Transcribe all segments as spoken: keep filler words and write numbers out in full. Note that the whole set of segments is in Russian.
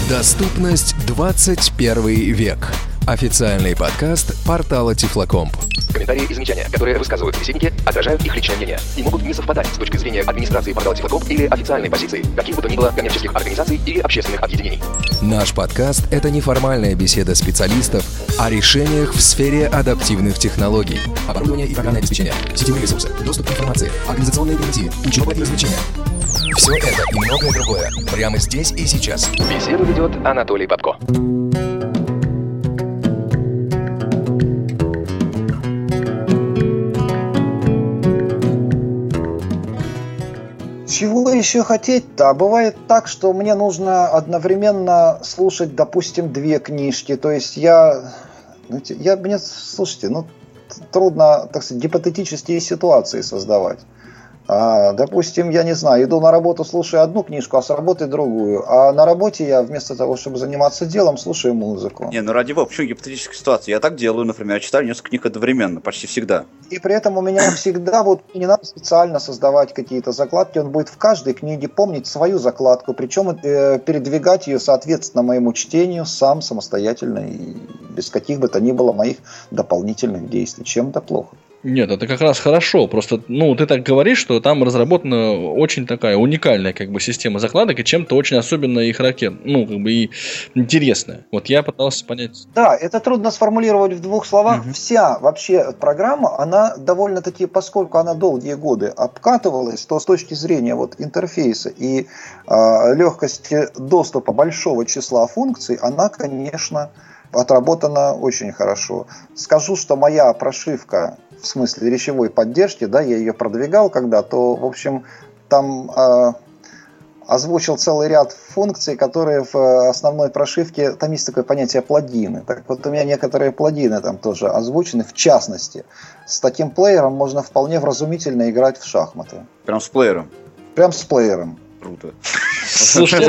Доступность двадцать первый век. Официальный подкаст портала Тифлокомп. Комментарии и замечания, которые высказывают собеседники, отражают их личное мнение и могут не совпадать с точки зрения администрации портала Тифлокомп или официальной позиции каких бы то ни было коммерческих организаций или общественных объединений. Наш подкаст – это неформальная беседа специалистов о решениях в сфере адаптивных технологий. Оборудование и программное обеспечение, сетевые ресурсы, доступ к информации, организационные гарантии, учеба и развлечения. Все это и многое другое прямо здесь и сейчас. Беседу ведет Анатолий Попко. Чего еще хотеть-то? А бывает так, что мне нужно одновременно слушать, допустим, две книжки. То есть я... я мне, слушайте, ну, трудно, так сказать, гипотетические ситуации создавать. А, допустим, я не знаю, иду на работу, слушаю одну книжку, а с работы другую. А на работе я вместо того, чтобы заниматься делом, слушаю музыку. Не, ну ради бога, почему гипотетическая ситуация? Я так делаю, например, я читаю несколько книг одновременно, почти всегда. И при этом у меня всегда, вот не надо специально создавать какие-то закладки, он будет в каждой книге помнить свою закладку, причем э, передвигать ее соответственно моему чтению сам, самостоятельно, и без каких бы то ни было моих дополнительных действий. Чем-то плохо. Нет, это как раз хорошо. Просто, ну, ты так говоришь, что там разработана очень такая уникальная, как бы, система закладок и чем-то очень особенная и характерная, ну, как бы, и интересная. Вот я пытался понять. Да, это трудно сформулировать в двух словах. Угу. Вся вообще программа, она довольно-таки, поскольку она долгие годы обкатывалась, то с точки зрения вот интерфейса и э, легкости доступа большого числа функций, она, конечно, отработана очень хорошо. Скажу, что моя прошивка в смысле речевой поддержки, да, я ее продвигал когда, то, в общем, там э, озвучил целый ряд функций, которые в основной прошивке, там есть такое понятие плагины. Так вот, у меня некоторые плагины там тоже озвучены, в частности. С таким плеером можно вполне вразумительно играть в шахматы. Прям с плеером? Прям с плеером. Круто. Слушай,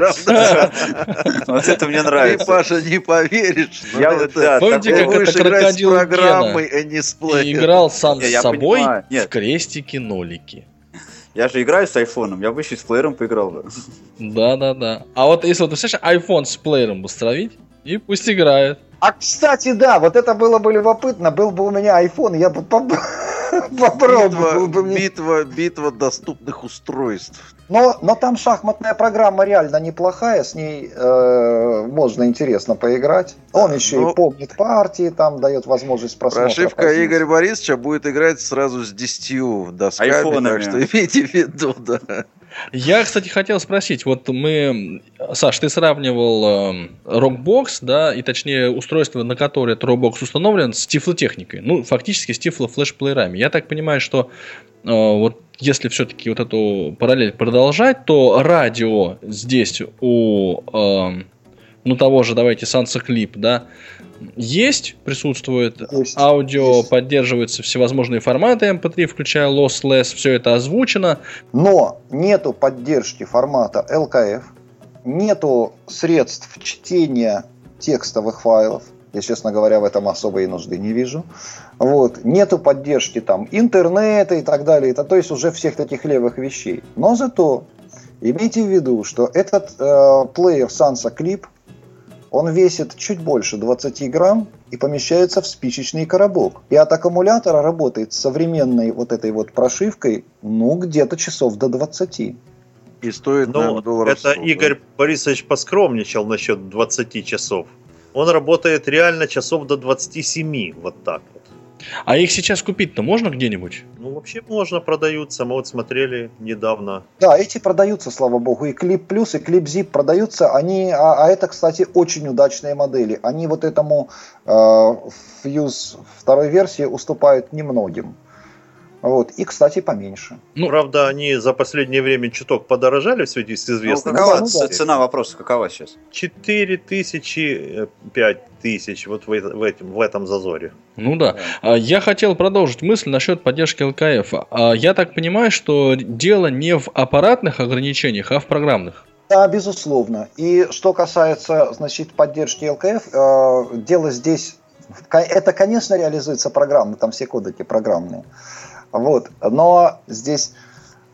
вот это мне нравится. Ты, Паша, не поверишь. Помните, как это крокодил программой, а не с плеером. Играл сам с собой в крестики-нолики. Я же играю с айфоном, я бы еще с плеером поиграл бы. Да-да-да. А вот если вот, ты представляешь, айфон с плеером установить, и пусть играет. А, кстати, да, вот это было бы любопытно. Был бы у меня iPhone, я бы попробовал бы мне. Битва, битва доступных устройств. Но, но там шахматная программа реально неплохая, с ней э, можно интересно поиграть. Он да, еще но... и помнит партии, там дает возможность просмотра. Прошивка позиции. Игоря Борисовича будет играть сразу с десятью досками, айфонами. Так что имейте в виду, да. Я, кстати, хотел спросить, вот мы, Саш, ты сравнивал э, Rockbox, да, и точнее устройство, на которое этот Rockbox установлен, с тифлотехникой, ну, фактически с тифлофлешплеерами. Я так понимаю, что э, вот если все-таки вот эту параллель продолжать, то радио здесь у, э, ну, того же, давайте, SansaClip, да, есть, присутствует, есть, аудио есть. Поддерживаются всевозможные форматы эм пэ три, включая lossless, все это озвучено. Но нету поддержки формата эл ка эф, нету средств чтения текстовых файлов. Я, честно говоря, в этом особой нужды не вижу. Вот. Нету поддержки там интернета и так далее. Это, то есть уже всех таких левых вещей. Но зато имейте в виду, что этот э, плеер SansaClip, он весит чуть больше двадцать грамм и помещается в спичечный коробок. И от аккумулятора работает с современной вот этой вот прошивкой, ну, где-то часов до двадцати. И стоит, ну, наверное, долларов это сто, Игорь да? Борисович поскромничал насчет двадцати часов. Он работает реально часов до двадцати семи, вот так вот. А их сейчас купить-то можно где-нибудь? Ну, вообще можно, продаются. Мы вот смотрели недавно. Да, эти продаются, слава богу. И Clip Plus, и Clip Zip продаются. Они, а, а это, кстати, очень удачные модели. Они вот этому э, Fuse второй версии уступают немногим. Вот. И, кстати, поменьше. Ну, правда, они за последнее время чуток подорожали в связи с известным. Ну, какова ну, да, цена вопроса? Какова сейчас? четыре тысячи, пять тысяч, вот в, в, этом, в этом зазоре. Ну да. да. Я хотел продолжить мысль насчет поддержки эл ка эф. Я так понимаю, что дело не в аппаратных ограничениях, а в программных. Да, безусловно. И что касается, значит, поддержки эл ка эф, э, дело здесь, это, конечно, реализуется программно, там все кодеки программные. Вот. Но здесь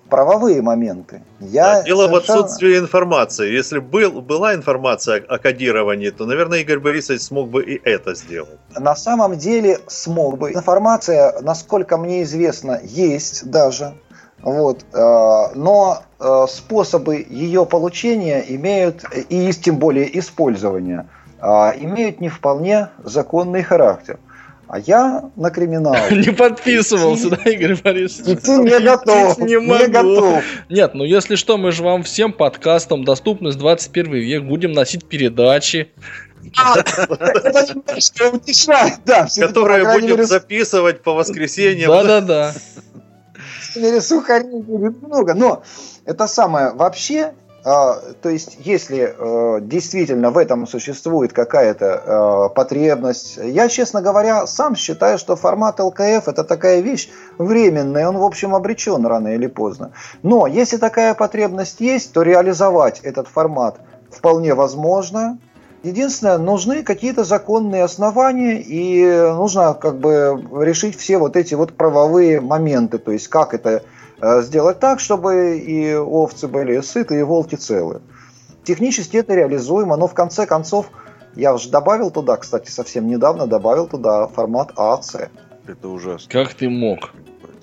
правовые моменты. Я да, дело совершенно... в отсутствии информации. Если был, была информация о кодировании, то, наверное, Игорь Борисович смог бы и это сделать. На самом деле смог бы. Информация, насколько мне известно, есть даже. Вот. Но способы ее получения имеют, и тем более использования, имеют не вполне законный характер. А я на криминал. Не подписывался, да, Игорь Борисович? Идти не готов. Не готов. Нет, ну если что, мы же вам всем подкастам «Доступность двадцать первый век» будем носить передачи. Это немножко утешает, да. Которые будем записывать по воскресеньям. Да-да-да. В мере сухарей будет много. Но это самое вообще... Uh, то есть, если uh, действительно в этом существует какая-то uh, потребность, я, честно говоря, сам считаю, что формат эл ка эф это такая вещь временная, он, в общем, обречен рано или поздно. Но если такая потребность есть, то реализовать этот формат вполне возможно. Единственное, нужны какие-то законные основания, и нужно как бы решить все вот эти вот правовые моменты, то есть как это сделать так, чтобы и овцы были сыты, и волки целы. Технически это реализуемо, но в конце концов, я уже добавил туда, кстати, совсем недавно добавил туда формат а а цэ. Это ужасно. Как ты мог?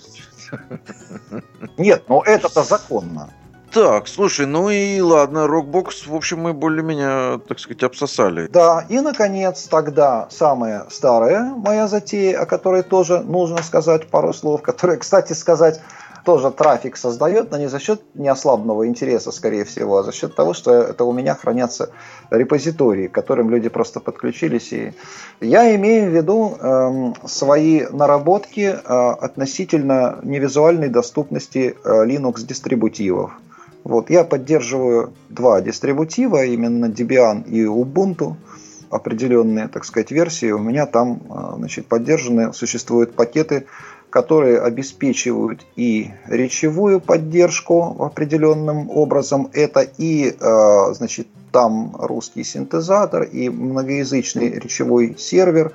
Нет, но это-то законно. Так, слушай, ну и ладно, Рокбокс, в общем, мы более-менее, так сказать, обсосали. Да, и, наконец, тогда самая старая моя затея, о которой тоже нужно сказать пару слов, которая, кстати сказать, тоже трафик создает, но не за счет неослабного интереса, скорее всего, а за счет того, что это у меня хранятся репозитории, к которым люди просто подключились. И я имею в виду э, свои наработки э, относительно невизуальной доступности э, Linux-дистрибутивов. Вот, я поддерживаю два дистрибутива, именно Debian и Ubuntu. Определенные, так сказать, версии у меня там, значит, поддержаны, существуют пакеты, которые обеспечивают и речевую поддержку определенным образом. Это и, значит, там русский синтезатор, и многоязычный речевой сервер,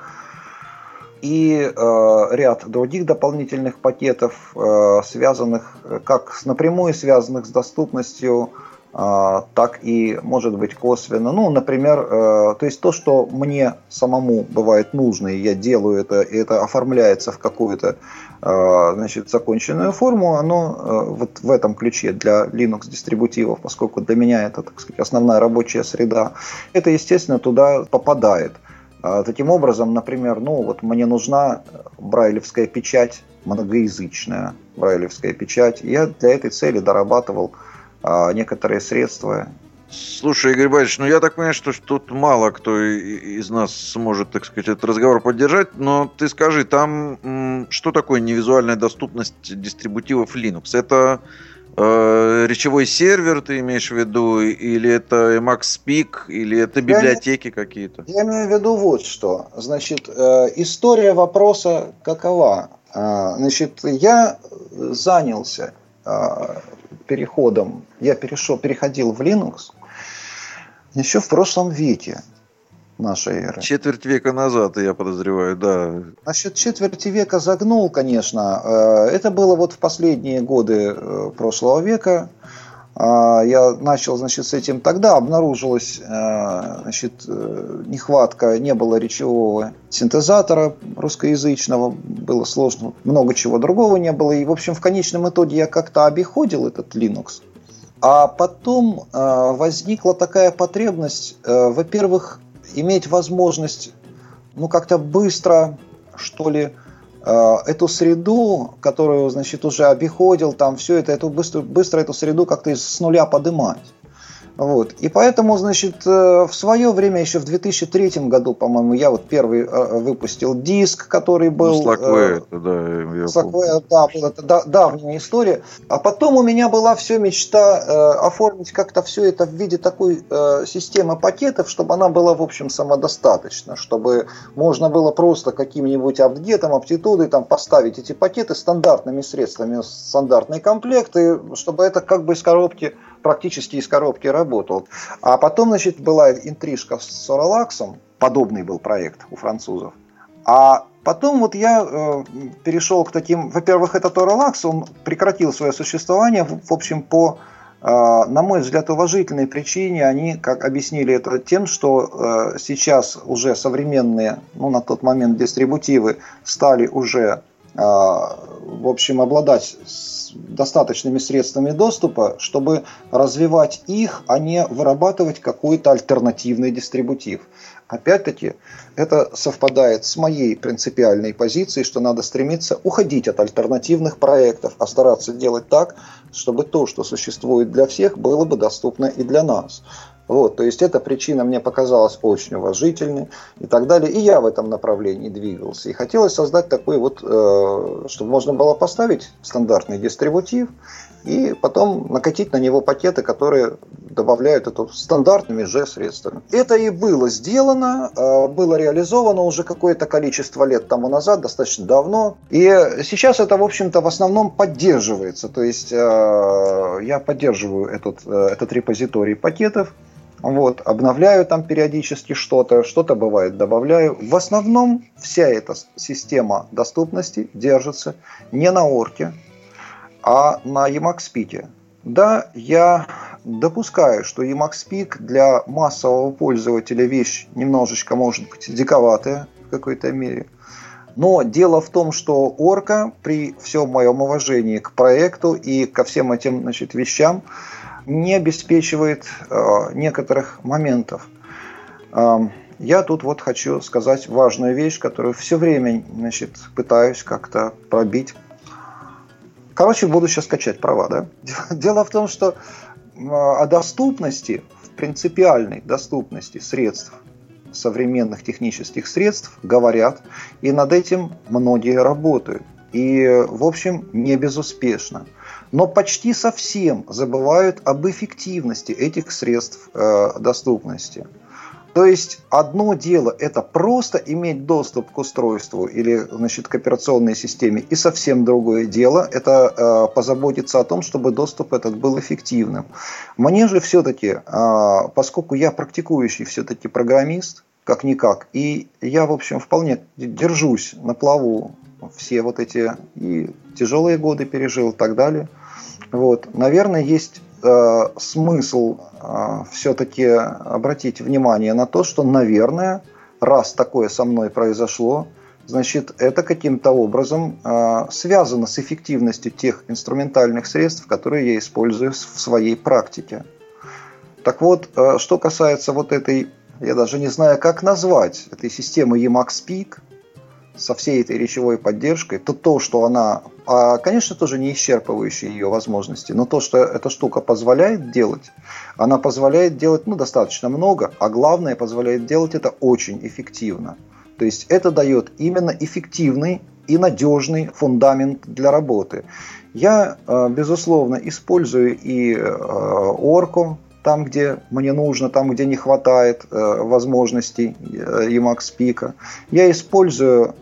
и э, ряд других дополнительных пакетов, э, связанных, как напрямую связанных с доступностью, э, так и, может быть, косвенно. Ну, например, э, то есть то, что мне самому бывает нужно, и я делаю это, и это оформляется в какую-то э, значит, законченную форму, оно э, вот в этом ключе для Linux-дистрибутивов, поскольку для меня это, так сказать, основная рабочая среда, это, естественно, туда попадает. Таким образом, например, ну вот мне нужна брайлевская печать, многоязычная брайлевская печать. Я для этой цели дорабатывал а, некоторые средства. Слушай, Игорь Борисович, ну я так понимаю, что тут мало кто из нас сможет, так сказать, этот разговор поддержать, но ты скажи, там м, что такое невизуальная доступность дистрибутивов Linux? Это э, речевой сервер, ты имеешь в виду, или это Emacs-Speak, или это библиотеки я, какие-то? Я имею в виду вот что. Значит, э, история вопроса какова? Э, значит, я занялся э, переходом, я перешел, переходил в Linux еще в прошлом веке нашей эры. Четверть века назад, я подозреваю, да. Насчет четверти века загнул, конечно. Это было вот в последние годы прошлого века. Я начал, значит, с этим тогда. Обнаружилась, значит, нехватка, не было речевого синтезатора русскоязычного, было сложно, много чего другого не было. И, в общем, в конечном итоге я как-то обиходил этот Linux. А потом возникла такая потребность, во-первых, иметь возможность, ну, как-то быстро, что ли, эту среду, которую, значит, уже обиходил, там все это, эту быстро, быстро эту среду как-то с нуля подымать. Вот. И поэтому, значит, в свое время, еще в две тысячи третьем году, по-моему, я вот первый выпустил диск, который был... Ну, Slackware, это, да. Slackware, да, была это давняя история. А потом у меня была все мечта э, оформить как-то все это в виде такой э, системы пакетов, чтобы она была, в общем, самодостаточна, чтобы можно было просто каким-нибудь апдгетом, аптитудой там поставить эти пакеты стандартными средствами, стандартные комплекты, чтобы это как бы из коробки, практически из коробки работал. А потом, значит, была интрижка с Soralax, подобный был проект у французов. А потом вот я э, перешел к таким, во-первых, это Торалакс, он прекратил свое существование, в, в общем, по, э, на мой взгляд, уважительной причине. Они, как объяснили это тем, что э, сейчас уже современные, ну, на тот момент дистрибутивы стали уже, э, в общем, обладать достаточными средствами доступа, чтобы развивать их, а не вырабатывать какой-то альтернативный дистрибутив. Опять-таки, это совпадает с моей принципиальной позицией, что надо стремиться уходить от альтернативных проектов, а стараться делать так, чтобы то, что существует для всех, было бы доступно и для нас. Вот, то есть эта причина мне показалась очень уважительной и так далее. И я в этом направлении двигался. И хотелось создать такой вот, э, чтобы можно было поставить стандартный дистрибутив и потом накатить на него пакеты, которые добавляют это стандартными же средствами. Это и было сделано, э, было реализовано уже какое-то количество лет тому назад, достаточно давно. И сейчас это, в общем-то, в основном поддерживается. То есть э, я поддерживаю этот, э, этот репозиторий пакетов. Вот, обновляю там периодически что-то, что-то бывает добавляю. В основном вся эта система доступности держится не на Орке, а на Emacs-Peak. Да, я допускаю, что Emacs-Peak для массового пользователя вещь немножечко может быть диковатая в какой-то мере. Но дело в том, что Орка, при всем моем уважении к проекту и ко всем этим, значит, вещам, не обеспечивает э, некоторых моментов. Э, я тут вот хочу сказать важную вещь, которую все время, значит, пытаюсь как-то пробить. Короче, буду сейчас качать права, да? Дело в том, что э, о доступности, принципиальной доступности средств, современных технических средств говорят, и над этим многие работают. И, в общем, не безуспешно. Но почти совсем забывают об эффективности этих средств э, доступности. То есть одно дело это просто иметь доступ к устройству или, значит, к операционной системе, и совсем другое дело это э, позаботиться о том, чтобы доступ этот был эффективным. Мне же все-таки, э, поскольку я практикующий все-таки программист, как-никак, и я, в общем, вполне держусь на плаву, все вот эти и тяжелые годы пережил и так далее. Вот. Наверное, есть э, смысл э, все-таки обратить внимание на то, что, наверное, раз такое со мной произошло, значит, это каким-то образом э, связано с эффективностью тех инструментальных средств, которые я использую в своей практике. Так вот, э, что касается вот этой, я даже не знаю, как назвать, этой системы Emacs-Peak, со всей этой речевой поддержкой, то то, что она, а, конечно, тоже не исчерпывающие ее возможности, но то, что эта штука позволяет делать, она позволяет делать, ну, достаточно много, а главное, позволяет делать это очень эффективно. То есть это дает именно эффективный и надежный фундамент для работы. Я, безусловно, использую и Орку, там, где мне нужно, там, где не хватает э, возможностей э, Emacs-Peak. Я использую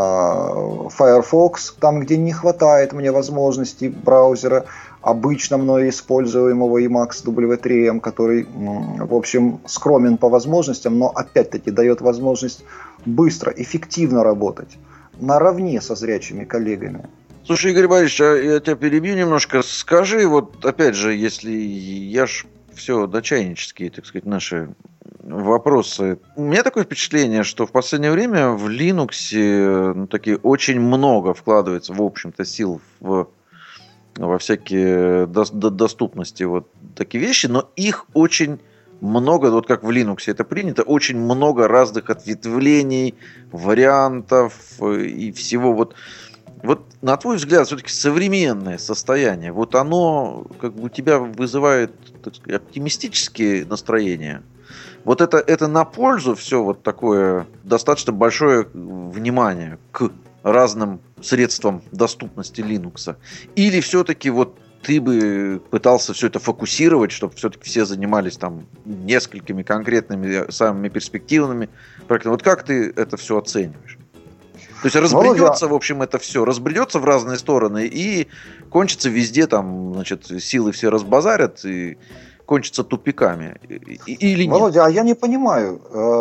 э, Firefox, там, где не хватает мне возможностей браузера, обычно мной используемого Emacs дабл ю три эм, который, в общем, скромен по возможностям, но опять-таки дает возможность быстро, эффективно работать, наравне со зрячими коллегами. Слушай, Игорь Борисович, а я тебя перебью немножко. Скажи, вот опять же, если я ж все дочайнические, так сказать, наши вопросы. У меня такое впечатление, что в последнее время в Linux, ну, такие очень много вкладывается, в общем-то, сил в, во всякие до, до, доступности вот такие вещи, но их очень много, вот как в Linux это принято, очень много разных ответвлений, вариантов и всего вот. Вот на твой взгляд, все-таки современное состояние, вот оно как бы у тебя вызывает, так сказать, оптимистические настроения. Вот это, это на пользу все вот такое достаточно большое внимание к разным средствам доступности Linux. Или все-таки вот ты бы пытался все это фокусировать, чтобы все-таки все занимались там несколькими конкретными, самыми перспективными проектами. Вот как ты это все оцениваешь? То есть разбредется, в общем, это все, разбредется в разные стороны и кончится везде, там, значит, силы все разбазарят и кончится тупиками. Или нет? Володя, а я не понимаю,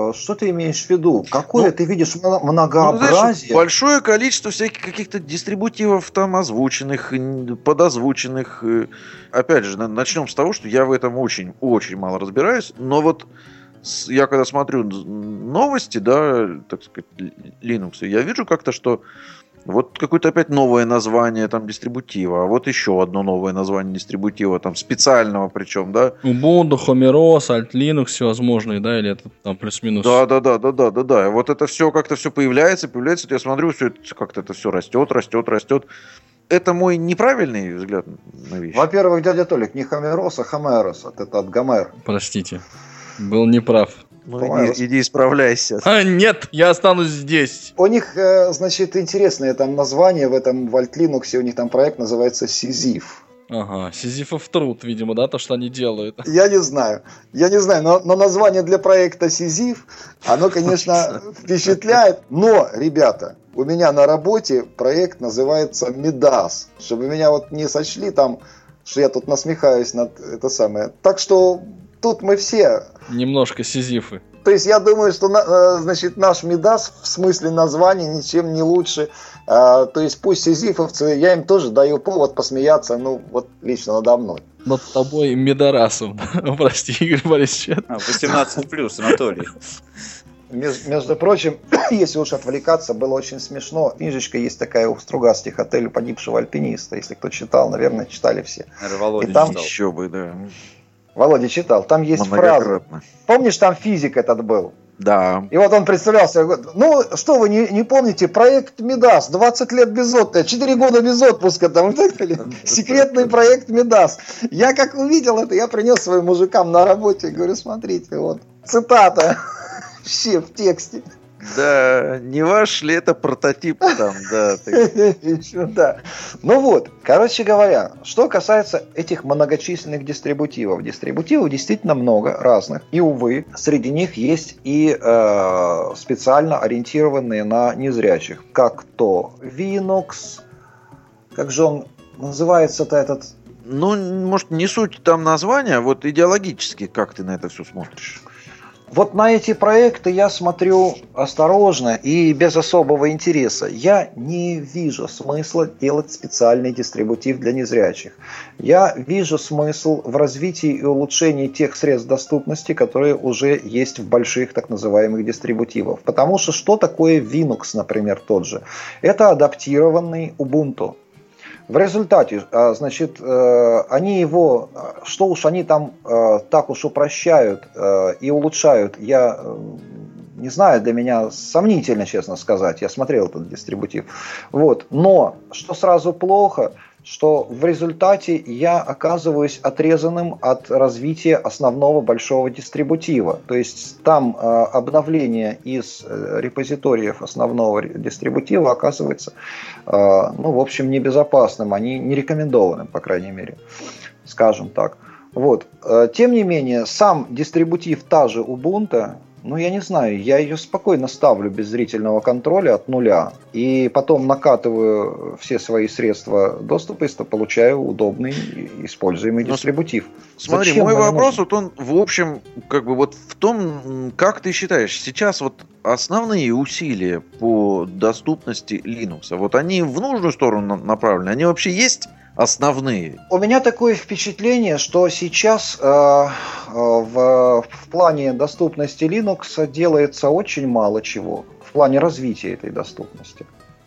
э, что ты имеешь в виду? Какое Ну, ты видишь мно- Ну, знаешь, многообразие? большое количество всяких каких-то дистрибутивов там озвученных, н- подозвученных. э. Опять же, на- начнем с того, что я в этом очень-очень мало разбираюсь. Но вот с- я когда смотрю н- новости, да, так сказать, Ли- Linux, я вижу как-то, что вот какое-то опять новое название там дистрибутива, а вот еще одно новое название дистрибутива, там специального причем, да. Ubuntu, Homeros, Alt Linux всевозможные, да, или это там плюс-минус? Да, да, да, да, да, да, да. Вот это все как-то все появляется, появляется. Вот я смотрю, все это как-то это все растет, растет, растет. Это мой неправильный взгляд на вещи. Во-первых, дядя Толик, не Хомерос, а Хомерос. Это от Гомер. Простите, был неправ. Ну, По-моему, иди, иди исправляйся. А, нет, я останусь здесь. У них, э, значит, интересное там название в этом в Alt Linux, у них там проект называется Сизиф. Ага, Сизифов труд, видимо, да, то, что они делают. Я не знаю, я не знаю, но, но название для проекта Сизиф, оно, конечно, впечатляет. Но, ребята, у меня на работе проект называется Мидас, чтобы меня вот не сочли там, что я тут насмехаюсь над это самое. Так что тут мы все. Немножко Сизифы. То есть я думаю, что на- значит, наш Мидас в смысле названия ничем не лучше. А, то есть пусть сизифовцы, я им тоже даю повод посмеяться, ну вот лично надо мной. Над тобой Медорасов. Прости, Игорь Борисович. А, восемнадцать плюс, Анатолий. Меж- между прочим, если уж отвлекаться, было очень смешно. Книжечка есть такая у Стругацких «Отель погибшего альпиниста». Если кто читал, наверное, читали все. Наверное, Володя И там- читал. Еще бы, да. Володя читал. Там есть фраза. Многократно. Помнишь, там физик этот был? Да. И вот он представлялся, говорит, ну, что вы не, не помните, проект Мидас, двадцать лет без отпуска, четыре года без отпуска, там, и так далее. Секретный проект Мидас. Я как увидел это, я принес своим мужикам на работе, говорю, смотрите, вот, цитата, вообще в тексте. Да, не ваш ли это прототип там, да. так. Еще, да. Ну вот, короче говоря, что касается этих многочисленных дистрибутивов. Дистрибутивов действительно много разных. И, увы, среди них есть и э, специально ориентированные на незрячих. Как то Linux, как же он называется-то этот... Ну, может, не суть там названия, а вот идеологически, как ты на это все смотришь? Вот на эти проекты я смотрю осторожно и без особого интереса. Я не вижу смысла делать специальный дистрибутив для незрячих. Я вижу смысл в развитии и улучшении тех средств доступности, которые уже есть в больших так называемых дистрибутивах. Потому что что такое Linux, например, тот же? Это адаптированный Ubuntu. В результате, значит, они его, что уж они там так уж упрощают и улучшают, я не знаю, для меня сомнительно, честно сказать, я смотрел этот дистрибутив. Вот. Но, что сразу плохо, что в результате я оказываюсь отрезанным от развития основного большого дистрибутива. То есть там э, обновление из э, репозиториев основного дистрибутива оказывается, э, ну, в общем, небезопасным, они не рекомендованы, по крайней мере, скажем так. Вот. Э, тем не менее, сам дистрибутив, та же Ubuntu, ну, я не знаю, я ее спокойно ставлю без зрительного контроля от нуля. И потом накатываю все свои средства доступа и получаю удобный используемый Но дистрибутив. Смотри, Зачем мой оно вопрос, нужно? вот он, в общем, как бы вот в том, как ты считаешь, сейчас вот основные усилия по доступности Linux, вот они в нужную сторону на- направлены, они вообще есть основные? У меня такое впечатление, что сейчас э, э, в, в плане доступности Linux делается очень мало чего. В плане развития этой доступности.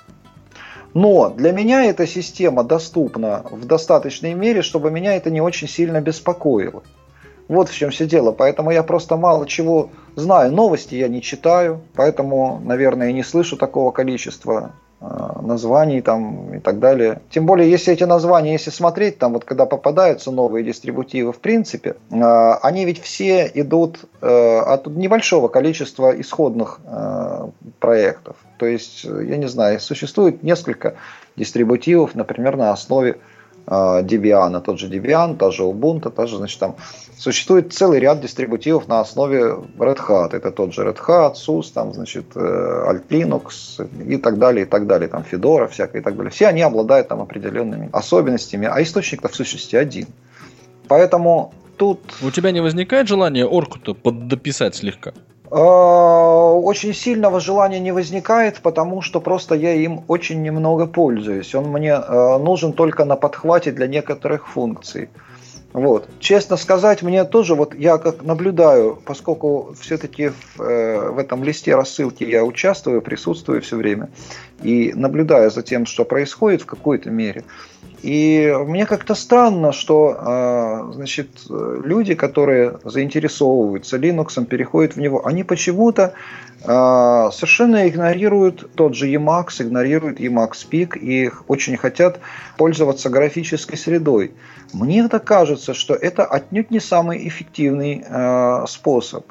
Но для меня эта система доступна в достаточной мере, чтобы меня это не очень сильно беспокоило. Вот в чем все дело. Поэтому я просто мало чего знаю. Новости я не читаю, поэтому, наверное, и не слышу такого количества э, названий там, и так далее. Тем более, если эти названия, если смотреть, там вот когда попадаются новые дистрибутивы, в принципе, э, они ведь все идут э, от небольшого количества исходных э, проектов. То есть, я не знаю, существует несколько дистрибутивов, например, на основе э, Debian, тот же Debian, та же Ubuntu, та же, значит, там существует целый ряд дистрибутивов на основе Red Hat. Это тот же Red Hat, сус, там, значит, Alt Linux и так далее, и так далее, там Fedora всякое и так далее. Все они обладают там определенными особенностями, а источник-то в сущности один. Поэтому тут... У тебя не возникает желания орку-то поддописать слегка? Очень сильного желания не возникает, потому что просто я им очень немного пользуюсь. Он мне нужен только на подхвате для некоторых функций. Вот. Честно сказать, мне тоже, вот я как наблюдаю, поскольку все-таки в, в этом листе рассылки я участвую, присутствую все время и наблюдаю за тем, что происходит в какой-то мере. И мне как-то странно, что значит, люди, которые заинтересовываются Linux, переходят в него, они почему-то совершенно игнорируют тот же Emacs, игнорируют Emacs Peak и очень хотят пользоваться графической средой. Мне так кажется, что это отнюдь не самый эффективный способ.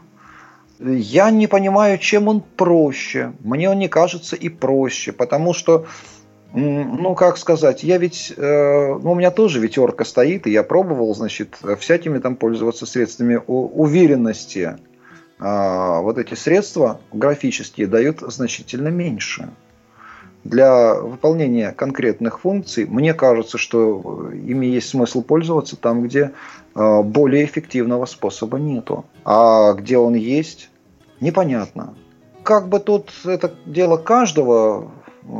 Я не понимаю, чем он проще. Мне он не кажется и проще, потому что ну, как сказать, я ведь, э, ну, у меня тоже ведерко стоит, и я пробовал, значит, всякими там пользоваться средствами уверенности. Э, вот эти средства графические дают значительно меньше. Для выполнения конкретных функций, мне кажется, что ими есть смысл пользоваться там, где э, более эффективного способа нету. А где он есть, непонятно. Как бы тут это дело каждого...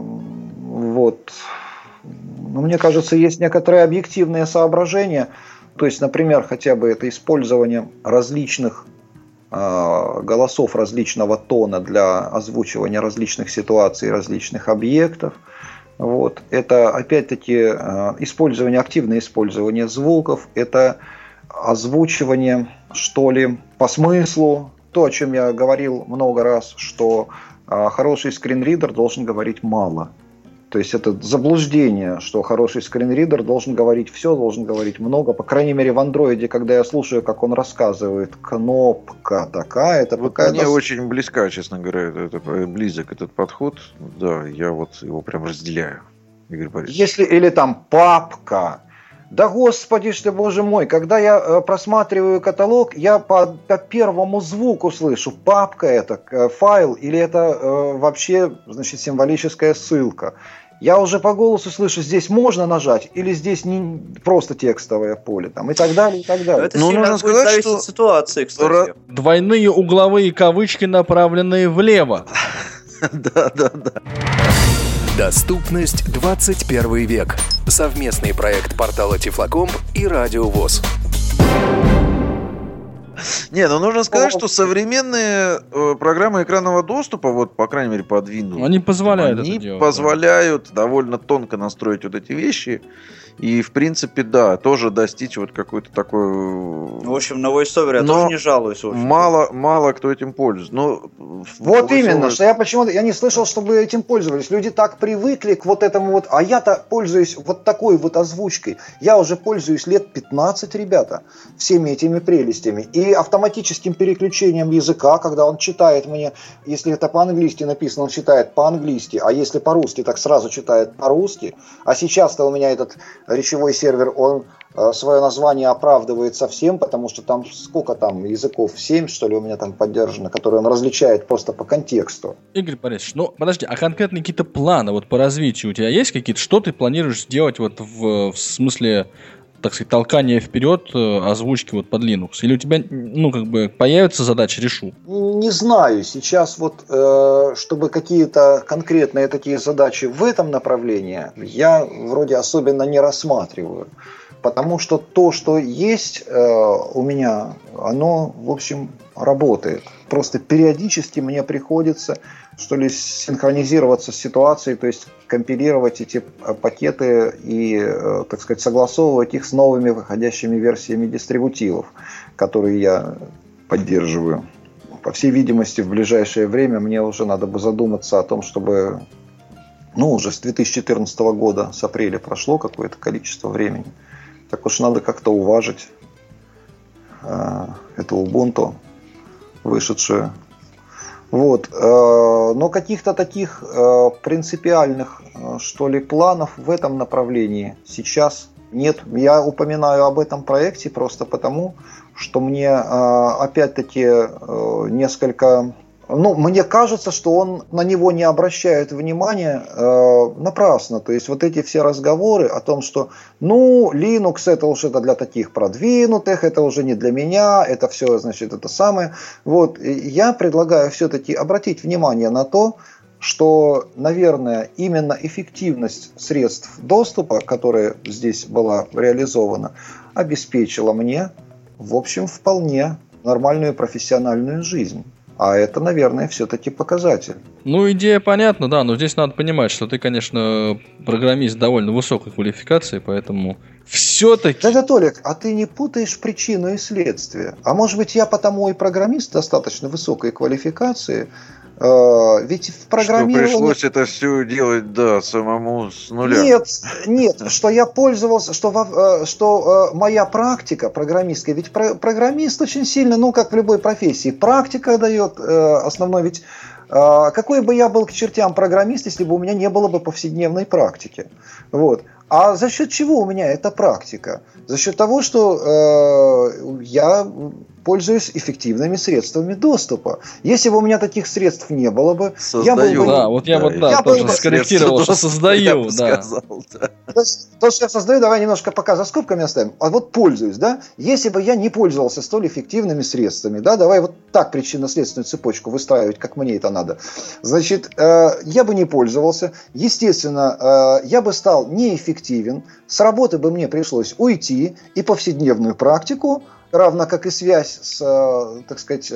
Вот. Но мне кажется, есть некоторые объективные соображения. То есть, например, хотя бы это использование различных э, голосов различного тона для озвучивания различных ситуаций, различных объектов. Вот. Это, опять-таки, э, использование, активное использование звуков. Это озвучивание, что ли, по смыслу. То, о чем я говорил много раз, что э, хороший скринридер должен говорить мало. То есть это заблуждение, что хороший скринридер должен говорить все, должен говорить много. По крайней мере в андроиде, когда я слушаю, как он рассказывает, кнопка такая-то. Вот мне очень близка, честно говоря, это, близок этот подход. Да, я вот его прям разделяю, Игорь Борисович. Если, или там папка. Да господи ж ты, боже мой, когда я э, просматриваю каталог, я по, по первому звуку слышу, папка это, э, файл или это э, вообще, значит, символическая ссылка. Я уже по голосу слышу, здесь можно нажать, или здесь не просто текстовое поле, там, и так далее, и так далее. Это ну, сильно нужно сказать, зависит что... от ситуации, кстати. Двойные угловые кавычки, направленные влево. Да, да, да. Доступность двадцать первый век. Совместный проект портала Тифлокомп и Радио ВОС. Не, ну нужно сказать, что современные э, программы экранного доступа, вот по крайней мере под Windows, они позволяют они это делать, позволяют да. довольно тонко настроить вот эти вещи. И, в принципе, да, тоже достичь вот какой-то такой... В общем, на VoiceOver я Но тоже не жалуюсь. Мало, мало кто этим пользуется. Но вот именно, что я почему-то я не слышал, чтобы этим пользовались. Люди так привыкли к вот этому вот, а я-то пользуюсь вот такой вот озвучкой. Я уже пользуюсь лет пятнадцать, ребята, всеми этими прелестями. И автоматическим переключением языка, когда он читает мне, если это по-английски написано, он читает по-английски, а если по-русски, так сразу читает по-русски. А сейчас-то у меня этот речевой сервер, он э, свое название оправдывает совсем, потому что там сколько там языков, семь что ли у меня там поддержано, которые он различает просто по контексту. Игорь Борисович, ну подожди, а конкретные какие-то планы вот по развитию у тебя есть какие-то? Что ты планируешь сделать вот в, в смысле, так сказать, толкания вперед озвучки вот под Linux? Или у тебя, ну, как бы, появятся задачи, решу? Не знаю. Сейчас вот, э, чтобы какие-то конкретные такие задачи в этом направлении, я вроде особенно не рассматриваю. Потому что то, что есть э, у меня, оно, в общем, работает. Просто периодически мне приходится, что ли, синхронизироваться с ситуацией, то есть компилировать эти пакеты и, э, так сказать, согласовывать их с новыми выходящими версиями дистрибутивов, которые я поддерживаю. По всей видимости, в ближайшее время мне уже надо бы задуматься о том, чтобы, ну, уже с две тысячи четырнадцатого года, с апреля прошло какое-то количество времени, так уж надо как-то уважить э, эту Ubuntu, вышедшую. Вот. Э, но каких-то таких э, принципиальных, э, что ли, планов в этом направлении сейчас нет. Я упоминаю об этом проекте просто потому, что мне, э, опять-таки, э, несколько ну, мне кажется, что он на него не обращает внимания э, напрасно. То есть вот эти все разговоры о том, что ну, Linux это уже для таких продвинутых, это уже не для меня, это все, значит, это самое. Вот, я предлагаю все-таки обратить внимание на то, что, наверное, именно эффективность средств доступа, которая здесь была реализована, обеспечила мне, в общем, вполне нормальную профессиональную жизнь. А это, наверное, все-таки показатель. Ну, идея понятна, да, но здесь надо понимать, что ты, конечно, программист довольно высокой квалификации, поэтому все-таки... Да-да, Толик, а ты не путаешь причину и следствие. А может быть, я потому и программист достаточно высокой квалификации, э, ведь в программировании... Что пришлось это все делать, да, самому с нуля. Нет, нет, что я пользовался, что, во, что э, моя практика программистская, ведь про, программист очень сильно, ну, как в любой профессии, практика дает э, основной, ведь э, какой бы я был к чертям программист, если бы у меня не было бы повседневной практики. Вот. А за счет чего у меня эта практика? За счет того, что э, я пользуюсь эффективными средствами доступа. Если бы у меня таких средств не было бы, создаю. я был бы... Да, вот я, я вот да, я тоже бы... скорректировал, что создаю. Я да. сказал, да. То, то, что я создаю, давай немножко пока за скобками оставим. А вот пользуюсь, да? Если бы я не пользовался столь эффективными средствами, да, давай вот так причинно-следственную цепочку выстраивать, как мне это надо. Значит, э, я бы не пользовался. Естественно, э, я бы стал неэффективен. С работы бы мне пришлось уйти и повседневную практику, равно как и связь с, так сказать,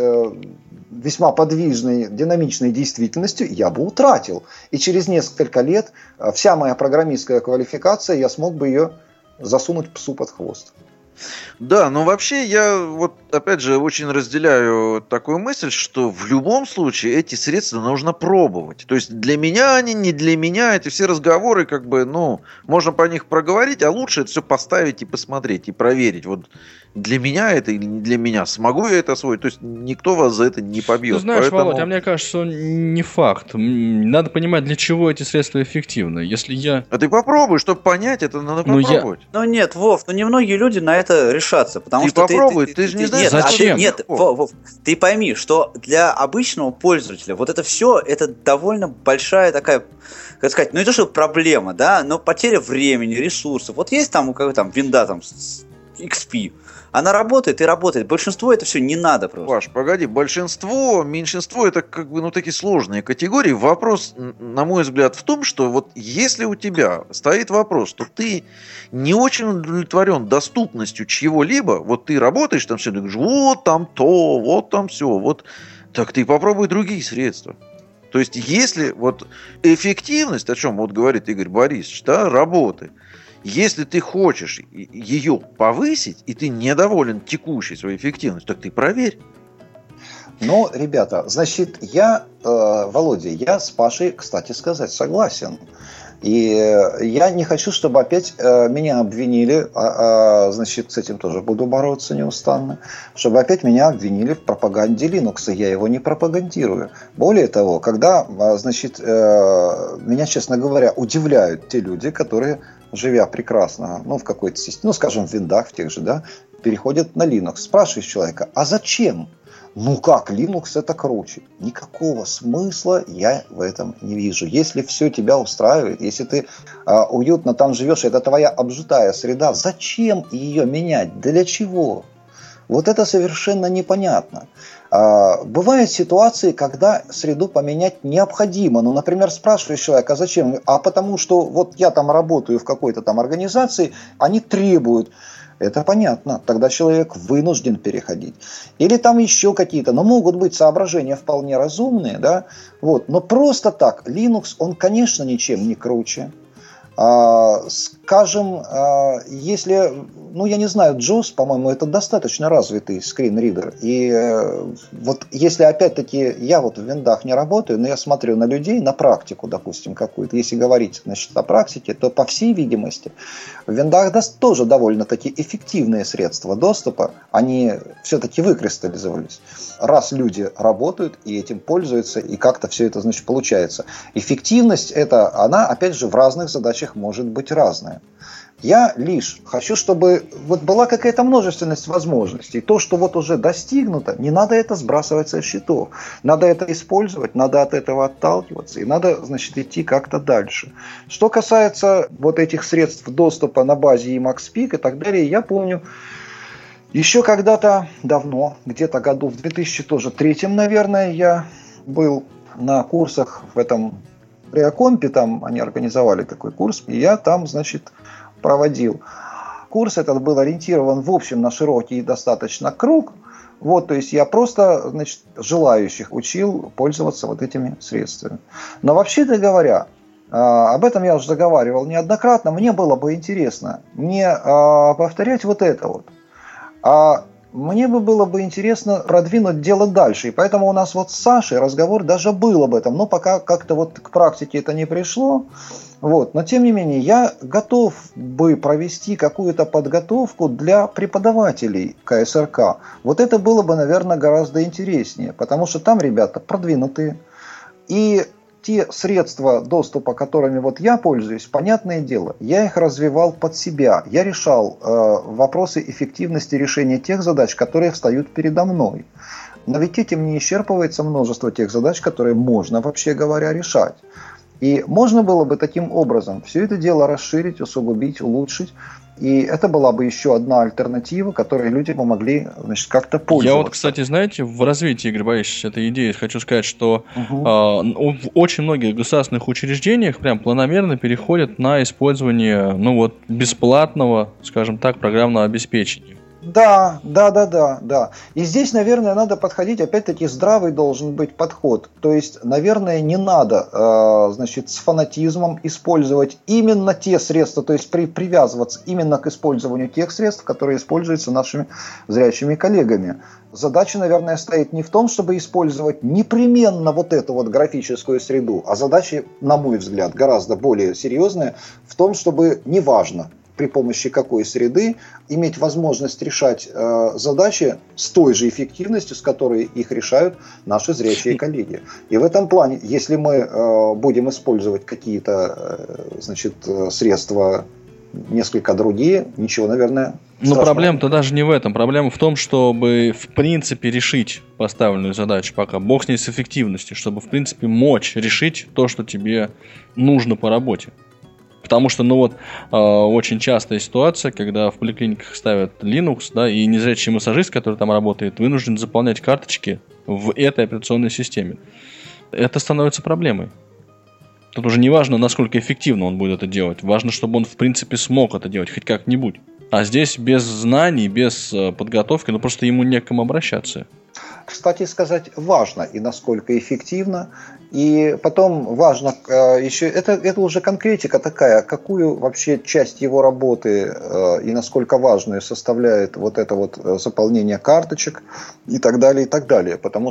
весьма подвижной, динамичной действительностью, я бы утратил. И через несколько лет вся моя программистская квалификация, я смог бы ее засунуть псу под хвост. Да, но вообще я вот опять же очень разделяю такую мысль, что в любом случае эти средства нужно пробовать. То есть для меня они, не для меня, эти все разговоры как бы, ну, можно по них проговорить, а лучше это все поставить и посмотреть, и проверить. Вот для меня это или не для меня, смогу я это освоить, то есть никто вас за это не побьет. Ты знаешь, поэтому... Володь, а мне кажется, что не факт. Надо понимать, для чего эти средства эффективны. Если я... А ты попробуй, чтобы понять, это надо Ну, я- попробовать. Ну нет, Вов, ну немногие люди на это решатся, потому Ты что попробуй, ты, ты же не знаешь, нет, зачем. а ты- нет, Вов, Вов, ты пойми, что для обычного пользователя вот это все, это довольно большая такая, как сказать, ну не то что проблема, да, но потеря времени, ресурсов. Вот есть там у кого там винда там с икс пи, она работает и работает. Большинству это все не надо просто. Паш, погоди, большинство, меньшинство это как бы ну такие сложные категории. Вопрос, н- на мой взгляд, в том, что вот если у тебя стоит вопрос, что ты не очень удовлетворен доступностью чего-либо, вот ты работаешь там все, ты говоришь, вот там то, вот там все, вот, так ты попробуй другие средства. То есть, если вот эффективность, о чем вот говорит Игорь Борисович, да, работы, если ты хочешь ее повысить, и ты недоволен текущей своей эффективностью, так ты проверь. Ну, ребята, значит, я, э, Володя, я с Пашей, кстати сказать, согласен. И я не хочу, чтобы опять э, меня обвинили, а, а, значит, с этим тоже буду бороться неустанно, чтобы опять меня обвинили в пропаганде Linux. Я его не пропагандирую. Более того, когда, значит, э, меня, честно говоря, удивляют те люди, которые, живя прекрасно, ну, в какой-то системе, ну, скажем, в виндах, в тех же, да, переходят на Linux. Спрашиваешь человека, а зачем? Ну как, Linux это круче. Никакого смысла я в этом не вижу. Если все тебя устраивает, если ты а, уютно там живешь, это твоя обжитая среда, зачем ее менять? Для чего? Вот это совершенно непонятно. А, бывают ситуации, когда среду поменять необходимо. Ну, например, спрашиваешь человека, а зачем? А потому что вот я там работаю в какой-то там организации, они требуют. Это понятно, тогда человек вынужден переходить. Или там еще какие-то, но могут быть соображения вполне разумные, да, вот. Но просто так, Linux, он, конечно, ничем не круче. А, скажем, а, если, ну я не знаю, джос, по-моему, это достаточно развитый скринридер. И э, вот если опять-таки я вот в виндах не работаю, но я смотрю на людей, на практику, допустим, какую-то, если говорить, значит, о практике, то по всей видимости в виндах даст тоже довольно-таки эффективные средства доступа, они все-таки выкристаллизовались. Раз люди работают и этим пользуются, и как-то все это, значит, получается. Эффективность, это, она, опять же, в разных задачах может быть разная. Я лишь хочу, чтобы вот была какая-то множественность возможностей. То, что вот уже достигнуто, не надо это сбрасывать со счетов. Надо это использовать, надо от этого отталкиваться. И надо, значит, идти как-то дальше. Что касается вот этих средств доступа на базе Emacs-Peak и так далее, я помню, еще когда-то давно, где-то году в две тысячи третьем, наверное, я был на курсах в этом Реакомпе, там они организовали такой курс, и я там, значит, проводил. Курс этот был ориентирован, в общем, на широкий достаточно круг. Вот, то есть я просто, значит, желающих учил пользоваться вот этими средствами. Но вообще-то говоря, об этом я уже заговаривал неоднократно, мне было бы интересно не повторять вот это вот, а мне бы было бы интересно продвинуть дело дальше. И поэтому у нас вот с Сашей разговор даже был об этом. Но пока как-то вот к практике это не пришло. Вот. Но тем не менее, я готов бы провести какую-то подготовку для преподавателей ка эс эр ка. Вот это было бы, наверное, гораздо интереснее. Потому что там ребята продвинутые. И те средства доступа, которыми вот я пользуюсь, понятное дело, я их развивал под себя. Я решал э, вопросы эффективности решения тех задач, которые встают передо мной. Но ведь этим не исчерпывается множество тех задач, которые можно, вообще говоря, решать. И можно было бы таким образом все это дело расширить, усугубить, улучшить. И это была бы еще одна альтернатива, которой люди бы могли, значит, как-то пользоваться. Я вот, кстати, знаете, в развитии, Игорь Борисович, этой идеи хочу сказать, что угу. э, в очень многих государственных учреждениях прям планомерно переходят на использование, ну вот, бесплатного, скажем так, программного обеспечения. Да, да, да, да, да. И здесь, наверное, надо подходить, опять-таки, здравый должен быть подход. То есть, наверное, не надо, э, значит, с фанатизмом использовать именно те средства, то есть при, привязываться именно к использованию тех средств, которые используются нашими зрячими коллегами. Задача, наверное, стоит не в том, чтобы использовать непременно вот эту вот графическую среду, а задача, на мой взгляд, гораздо более серьезная в том, чтобы неважно, при помощи какой среды иметь возможность решать э, задачи с той же эффективностью, с которой их решают наши зрячие коллеги. И в этом плане, если мы э, будем использовать какие-то э, значит, средства несколько другие, ничего, наверное, страшного. Но проблема-то даже не в этом. Проблема в том, чтобы в принципе решить поставленную задачу пока. Бог с ней с эффективностью, чтобы в принципе мочь решить то, что тебе нужно по работе. Потому что, ну вот, э, очень частая ситуация, когда в поликлиниках ставят Linux, да, и незрячий массажист, который там работает, вынужден заполнять карточки в этой операционной системе. Это становится проблемой. Тут уже не важно, насколько эффективно он будет это делать. Важно, чтобы он, в принципе, смог это делать хоть как-нибудь. А здесь без знаний, без подготовки, ну просто ему не к кому обращаться. Кстати сказать, важно и насколько эффективно. И потом важно э, еще, это, это уже конкретика такая, какую вообще часть его работы э, и насколько важную составляет вот это вот заполнение карточек и так далее, и так далее. Потому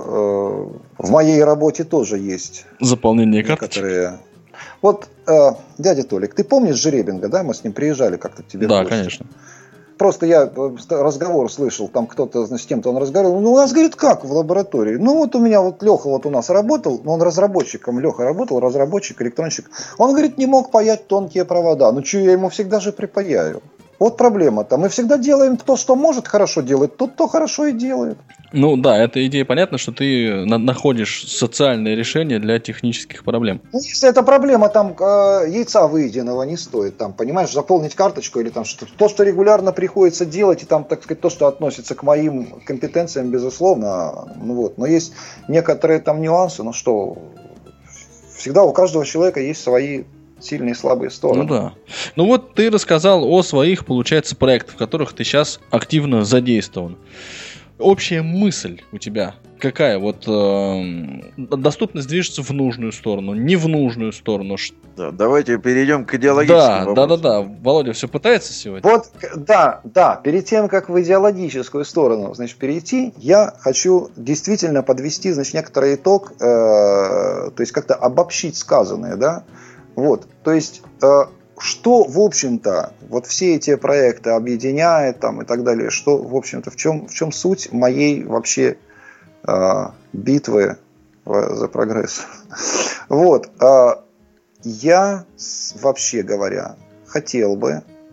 что э, в моей работе тоже есть заполнение некоторые... карточек. Вот, э, дядя Толик, ты помнишь Жеребинга, да? Мы с ним приезжали как-то к тебе. Да, конечно. Просто я разговор слышал, там кто-то, значит, с кем-то он разговаривал. Ну, у нас, говорит, как в лаборатории? Ну, вот у меня вот Леха вот у нас работал, он разработчиком, Леха работал, разработчик, электронщик. Он, говорит, не мог паять тонкие провода. Ну, что, я ему всегда же припаяю. Вот проблема-то. Мы всегда делаем то, что может хорошо делать, тот, кто хорошо и делает. Ну да, эта идея понятна, что ты на- находишь социальное решение для технических проблем. Ну, если эта проблема там э, яйца выеденного не стоит, там, понимаешь, заполнить карточку или там что-то, то, что регулярно приходится делать, и там, так сказать, то, что относится к моим компетенциям, безусловно, ну вот, но есть некоторые там нюансы, ну что, всегда у каждого человека есть свои сильные и слабые стороны. Ну да. Ну вот ты рассказал о своих, получается, проектах, в которых ты сейчас активно задействован. Общая мысль у тебя какая? Вот э, доступность движется в нужную сторону, не в нужную сторону. Да, давайте перейдем к идеологическим да, вопросам. Да, да, да. Володя все пытается сегодня. Вот, да, да. Перед тем, как в идеологическую сторону, значит, перейти, я хочу действительно подвести, значит, некоторый итог, э, то есть как-то обобщить сказанное, да. Вот, то есть э, что, в общем-то, вот все эти проекты объединяет там и так далее, что, в общем-то, в чем, в чем суть моей вообще э, битвы в, за прогресс. Вот, э, я, вообще говоря, хотел бы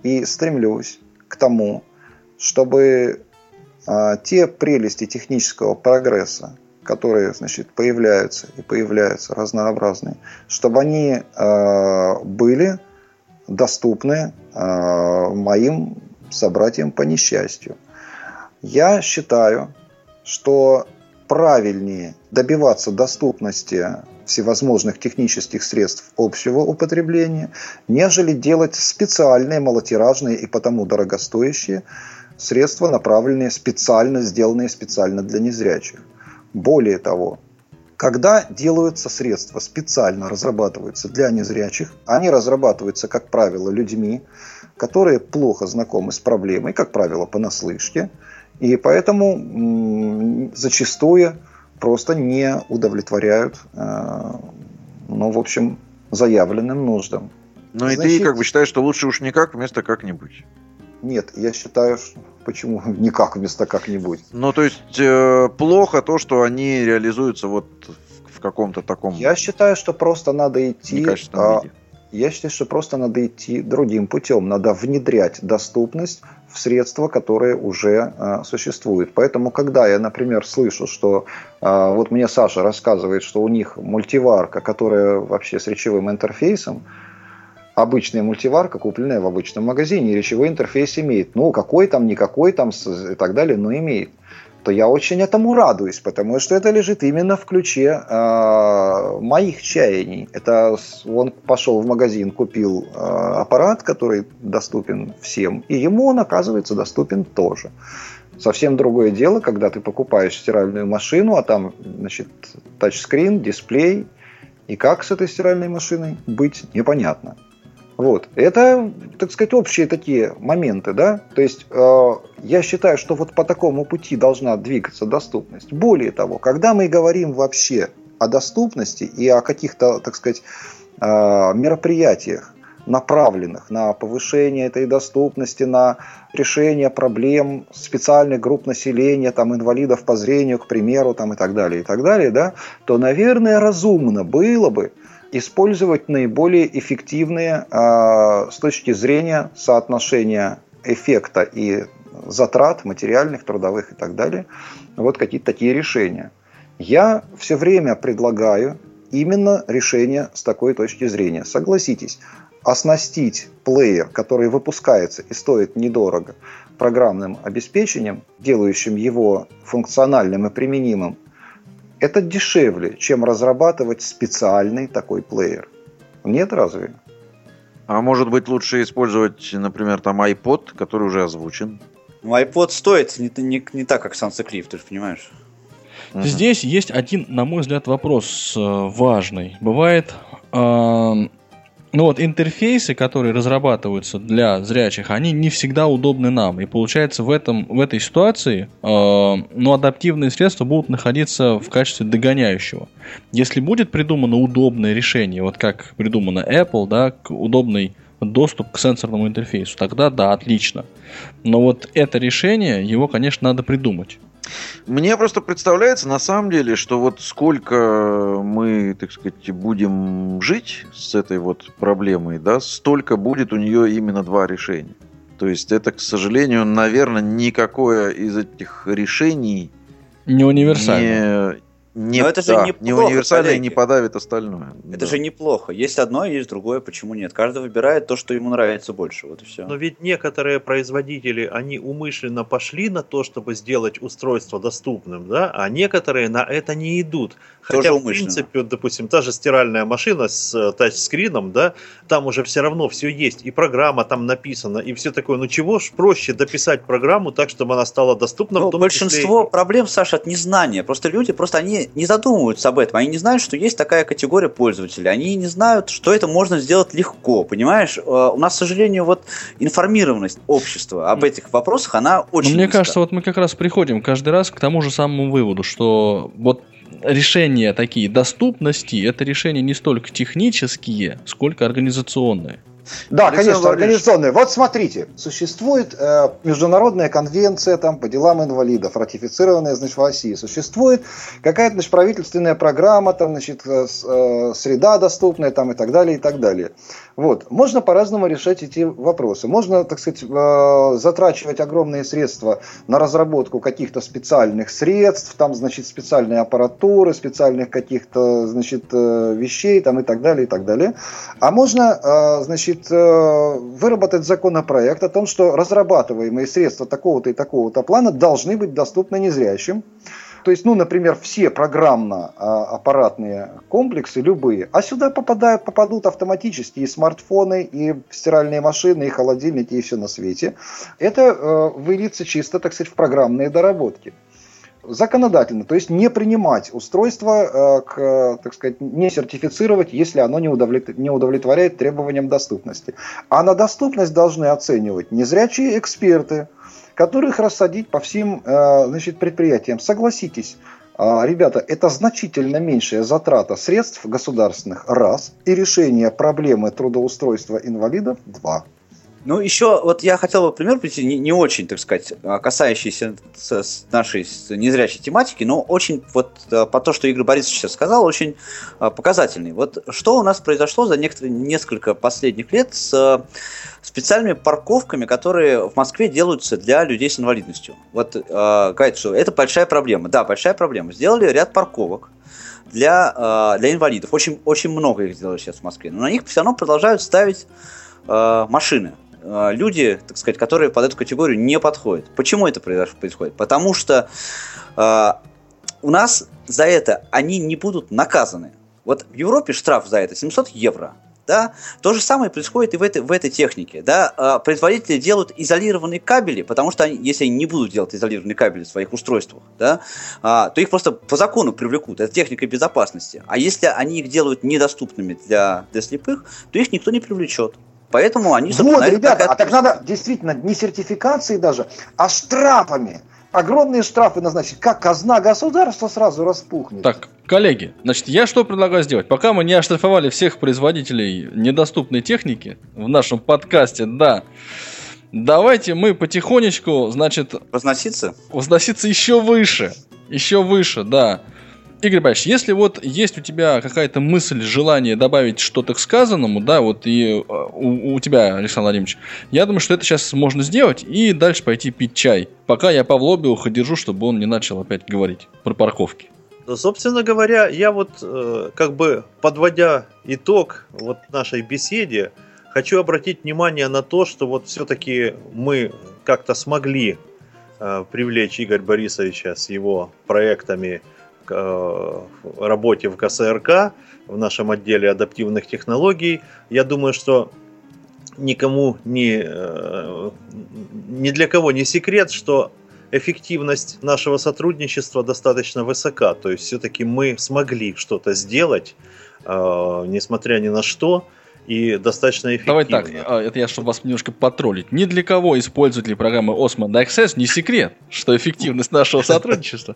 и стремлюсь к тому, чтобы а, те прелести технического прогресса, которые, значит, появляются и появляются разнообразные, чтобы они а, были доступны а, моим собратьям по несчастью. Я считаю, что правильнее добиваться доступности всевозможных технических средств общего употребления, нежели делать специальные, малотиражные и потому дорогостоящие средства, направленные специально, сделанные специально для незрячих. Более того, когда делаются средства, специально разрабатываются для незрячих, они разрабатываются, как правило, людьми, которые плохо знакомы с проблемой, как правило, понаслышке, и поэтому м- зачастую просто не удовлетворяют, э, ну, в общем, заявленным нуждам. Ну и Значит, ты как бы считаешь, что лучше уж никак вместо как-нибудь? Нет, я считаю, что... почему никак вместо как-нибудь. Ну, то есть, э, плохо то, что они реализуются вот в каком-то таком... Я считаю, что просто надо идти... некачественном виде. Я считаю, что просто надо идти другим путем. Надо внедрять доступность в средства, которые уже э, существуют. Поэтому, когда я, например, слышу, что э, вот мне Саша рассказывает, что у них мультиварка, которая вообще с речевым интерфейсом, обычная мультиварка, купленная в обычном магазине, и речевой интерфейс имеет. Ну, какой там, никакой там и так далее, но имеет. То я очень этому радуюсь, потому что это лежит именно в ключе э, моих чаяний. Это он пошел в магазин, купил э, аппарат, который доступен всем, и ему он, оказывается, доступен тоже. Совсем другое дело, когда ты покупаешь стиральную машину, а там, значит, тачскрин, дисплей, и как с этой стиральной машиной быть, непонятно. Вот. Это, так сказать, общие такие моменты, да. То есть э, я считаю, что вот по такому пути должна двигаться доступность. Более того, когда мы говорим вообще о доступности и о каких-то, так сказать, э, мероприятиях, направленных на повышение этой доступности, на решение проблем специальных групп населения, там, инвалидов по зрению, к примеру, там, и так далее, и так далее, да, то, наверное, разумно было бы использовать наиболее эффективные э, с точки зрения соотношения эффекта и затрат материальных, трудовых и так далее, вот какие-то такие решения. Я все время предлагаю именно решение с такой точки зрения. Согласитесь, оснастить плеер, который выпускается и стоит недорого, программным обеспечением, делающим его функциональным и применимым, это дешевле, чем разрабатывать специальный такой плеер. Нет, разве? А может быть, лучше использовать, например, там iPod, который уже озвучен? Ну, iPod стоит не, не, не так, как SoundCliff, ты же понимаешь. Uh-huh. Здесь есть один, на мой взгляд, вопрос э, важный. Бывает... Э, Ну вот интерфейсы, которые разрабатываются для зрячих, они не всегда удобны нам. И получается в, этом, в этой ситуации э, ну, адаптивные средства будут находиться в качестве догоняющего. Если будет придумано удобное решение, вот как придумано Apple, да, удобный доступ к сенсорному интерфейсу, тогда да, отлично. Но вот это решение, его, конечно, надо придумать. Мне просто представляется, на самом деле, что вот сколько мы, так сказать, будем жить с этой вот проблемой, да, столько будет у нее именно два решения. То есть это, к сожалению, наверное, никакое из этих решений не универсальное. Не, не, это же да, неплохо, не универсальное и коллеги. Не подавит остальное. Это да. же неплохо. Есть одно, есть другое, почему нет? Каждый выбирает то, что ему нравится больше. Вот и все. Но ведь некоторые производители, они умышленно пошли на то, чтобы сделать устройство доступным, да, а некоторые на это не идут. Хотя, Тоже в умышленно. принципе, вот, допустим, та же стиральная машина с тачскрином, да, там уже все равно все есть, и программа там написана, и все такое. Ну чего ж проще дописать программу так, чтобы она стала доступна? Ну, в том большинство числе... проблем, Саша, от незнания. Просто люди, просто они не задумываются об этом. Они не знают, что есть такая категория пользователей. Они не знают, что это можно сделать легко. Понимаешь? У нас, к сожалению, вот информированность общества об этих вопросах, она очень Но мне низка. кажется, вот мы как раз приходим каждый раз к тому же самому выводу, что вот решения такие доступности, это решения не столько технические, сколько организационные. Да, конечно, организационные. Вот смотрите, существует э, международная конвенция там, по делам инвалидов, ратифицированная, значит, в России. Существует какая-то, значит, правительственная программа, там, значит, э, среда доступная там, и так далее, и так далее. Вот. Можно по-разному решать эти вопросы. Можно, так сказать, э, затрачивать огромные средства на разработку каких-то специальных средств, там, значит, специальной аппаратуры, специальных каких-то, значит, э, вещей там, и так далее, и так далее. А можно, э, значит, выработать законопроект о том, что разрабатываемые средства такого-то и такого-то плана должны быть доступны незрячим. То есть, ну, например, все программно-аппаратные комплексы, любые, а сюда попадают, попадут автоматически и смартфоны, и стиральные машины, и холодильники, и все на свете. Это э, выльется чисто, так сказать, в программные доработки. Законодательно, то есть не принимать устройство, к, так сказать, не сертифицировать, если оно не удовлетворяет требованиям доступности. А на доступность должны оценивать незрячие эксперты, которых рассадить по всем, значит, предприятиям. Согласитесь, ребята, это значительно меньшая затрата средств государственных, раз, и решение проблемы трудоустройства инвалидов, два. Ну, еще вот я хотел бы пример привести, не, не очень, так сказать, касающийся с, с нашей с незрячей тематики, но очень вот по то, что Игорь Борисович сейчас сказал, очень показательный. Вот что у нас произошло за некоторые, несколько последних лет с специальными парковками, которые в Москве делаются для людей с инвалидностью. Вот, говорит, что это большая проблема. Да, большая проблема. Сделали ряд парковок для, для инвалидов. Очень, очень много их сделали сейчас в Москве. Но на них все равно продолжают ставить машины. Люди, так сказать, которые под эту категорию не подходят. Почему это происходит? Потому что э, у нас за это они не будут наказаны. Вот в Европе штраф за это семьсот евро. Да? То же самое происходит и в этой, в этой технике. Да? Э, производители делают изолированные кабели, потому что они, если они не будут делать изолированные кабели в своих устройствах, да, э, то их просто по закону привлекут. Это техника безопасности. А если они их делают недоступными для, для слепых, то их никто не привлечет. Поэтому они, собственно, вот, ребята, так... а так надо действительно не сертификацией даже, а штрафами. Огромные штрафы назначить, как казна государства сразу распухнет. Так, коллеги, значит, я что предлагаю сделать? Пока мы не оштрафовали всех производителей недоступной техники в нашем подкасте, да, давайте мы потихонечку, значит... Возноситься? Возноситься еще выше, еще выше, да. Игорь Борисович, если вот есть у тебя какая-то мысль, желание добавить что-то к сказанному, да, вот и у, у тебя, Александр Владимирович, я думаю, что это сейчас можно сделать и дальше пойти пить чай, пока я Павла Обиуха держу, чтобы он не начал опять говорить про парковки. Ну, собственно говоря, я вот э, как бы подводя итог вот нашей беседе, хочу обратить внимание на то, что вот все-таки мы как-то смогли э, привлечь Игоря Борисовича с его проектами к работе в ка эс эр ка, в нашем отделе адаптивных технологий. Я думаю, что никому не, ни для кого не секрет, что эффективность нашего сотрудничества достаточно высока. То есть все-таки мы смогли что-то сделать, несмотря ни на что, и достаточно эффективно. Давай так, это я, чтобы вас немножко потроллить. Ни для кого из пользователей программы Osmond Access не секрет, что эффективность нашего сотрудничества.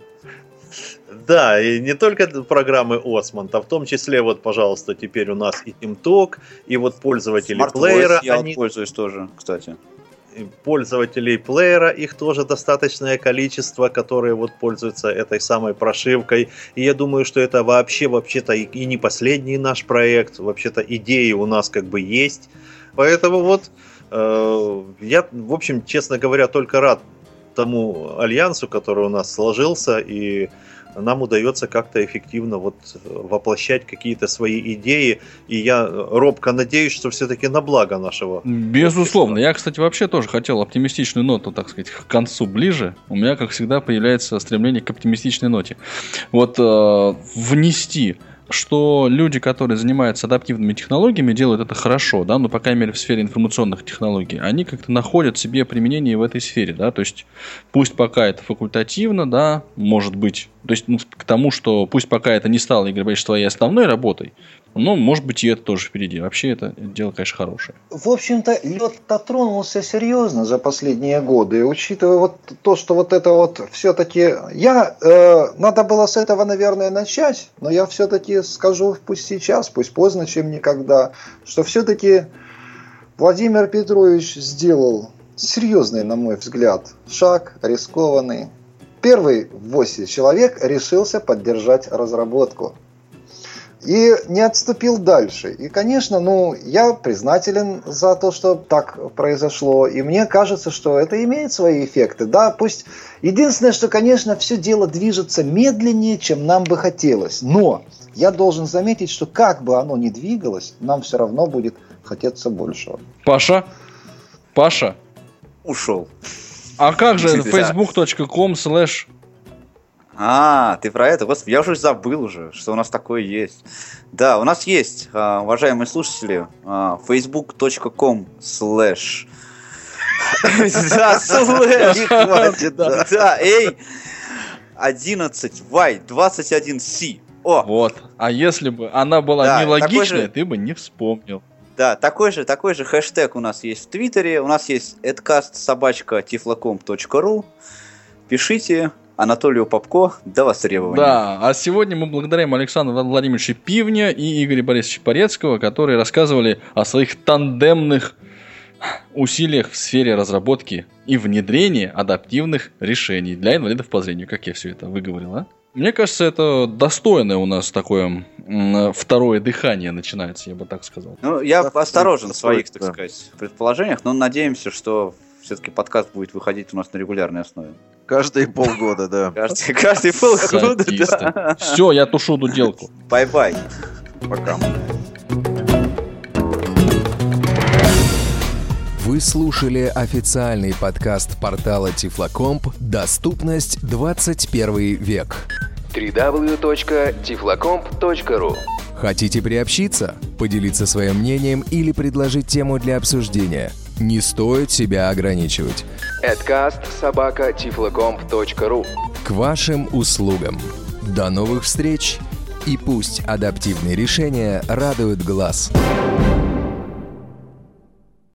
Да, и не только программы Osmond, а в том числе, вот, пожалуйста, теперь у нас и TeamTalk, и вот пользователи Smart плеера. Я они... вот пользуюсь тоже, кстати. Пользователей плеера, их тоже достаточное количество, которые вот пользуются этой самой прошивкой. И я думаю, что это вообще, вообще-то и не последний наш проект, вообще-то идеи у нас как бы есть. Поэтому вот э, я, в общем, честно говоря, только рад тому альянсу, который у нас сложился, и нам удается как-то эффективно вот воплощать какие-то свои идеи, и я робко надеюсь, что все-таки на благо нашего. Безусловно. общества. Я, кстати, вообще тоже хотел оптимистичную ноту, так сказать, к концу ближе. У меня, как всегда, появляется стремление к оптимистичной ноте. Вот э, внести, что люди, которые занимаются адаптивными технологиями, делают это хорошо, да, ну, по крайней мере, в сфере информационных технологий, они как-то находят себе применение в этой сфере, да, то есть пусть пока это факультативно, да, может быть, то есть ну, к тому, что пусть пока это не стало, Игорь Борисович, твоей основной работой, но, может быть, и это тоже впереди. Вообще, это дело, конечно, хорошее. В общем-то, лед-то тронулся серьезно за последние годы. Учитывая вот то, что вот это вот все-таки... Я... Э, надо было с этого, наверное, начать, но я все-таки скажу, пусть сейчас, пусть поздно, чем никогда, что все-таки Владимир Петрович сделал серьезный, на мой взгляд, шаг, рискованный. Первый в ОСе человек решился поддержать разработку. И не отступил дальше. И, конечно, ну, я признателен за то, что так произошло. И мне кажется, что это имеет свои эффекты. Да, пусть... Единственное, что, конечно, все дело движется медленнее, чем нам бы хотелось. Но я должен заметить, что как бы оно ни двигалось, нам все равно будет хотеться большего. Паша? Паша? Ушел. А как же фейсбук точка ком слэш... А, ты про это? Господи, я уже забыл уже, что у нас такое есть. Да, у нас есть, уважаемые слушатели, фейсбук точка ком слэш... Да, слэш! Хватит, да. Да, эй, одиннадцать вай двадцать один си. О! Вот. А если бы она была Да, нелогичная, же... ты бы не вспомнил. Да, такой же, такой же хэштег у нас есть в Твиттере. У нас есть эдкаст собачка тифлоком точка ру. Пишите Анатолию Попко до востребования. Да, а сегодня мы благодарим Александра Владимировича Пивня и Игоря Борисовича Порецкого, которые рассказывали о своих тандемных усилиях в сфере разработки и внедрения адаптивных решений для инвалидов по зрению. Как я все это выговорил, а? Мне кажется, это достойное у нас такое м, второе дыхание начинается, я бы так сказал. Ну, я Да, осторожен да, в своих, да. так сказать, предположениях, но надеемся, что все-таки подкаст будет выходить у нас на регулярной основе. Каждые полгода, да. Каждый, каждый полгода, да. Все, я тушу дуделку. Бай-бай. Пока. Вы слушали официальный подкаст портала Тифлокомп «Доступность двадцать первый век». дабл ю дабл ю дабл ю точка тифлокомп точка ру. Хотите приобщиться, поделиться своим мнением или предложить тему для обсуждения? Не стоит себя ограничивать. эдкаст собака тифлокомп точка ру. К вашим услугам. До новых встреч! И пусть адаптивные решения радуют глаз.